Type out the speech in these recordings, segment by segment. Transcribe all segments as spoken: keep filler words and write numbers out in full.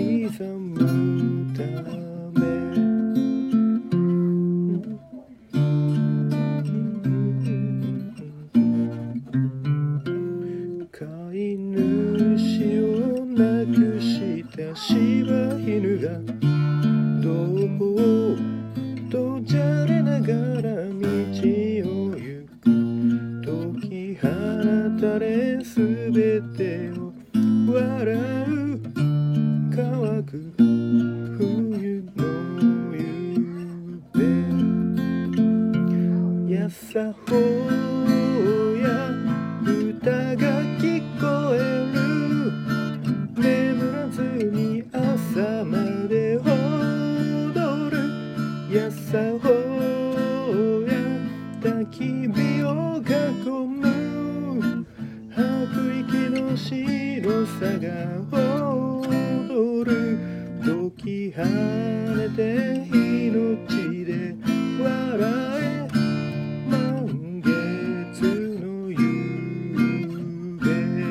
刻むため飼い主を亡くした柴犬がどうとじゃれながら道を行く解き放たれすべてを笑う乾く冬の夕べやさほや歌が聞こえる眠らずに朝まで踊るやさほや焚き火を囲む吐く息の白さが踊る解き放て命で笑え満月の夕べ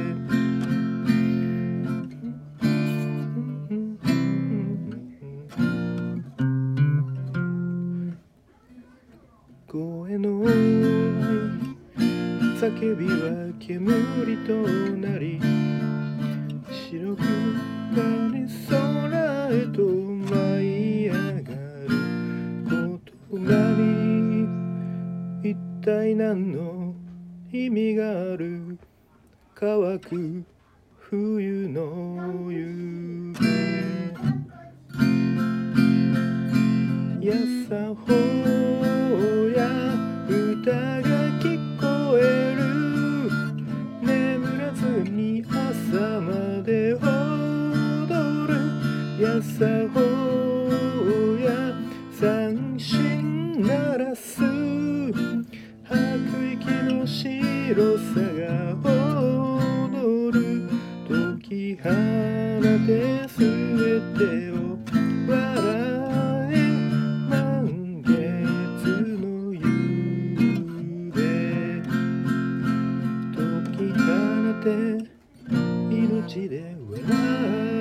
声の叫びは煙となり白くなり空へと舞い上がる言葉に一体何の意味がある乾く冬の夕べやさほや歌が聞こえる眠らずに朝まで踊るやさほや三振鳴らす吐く息の白さが踊る解き放てすべてを笑え満月の夕べ解き放て命で笑え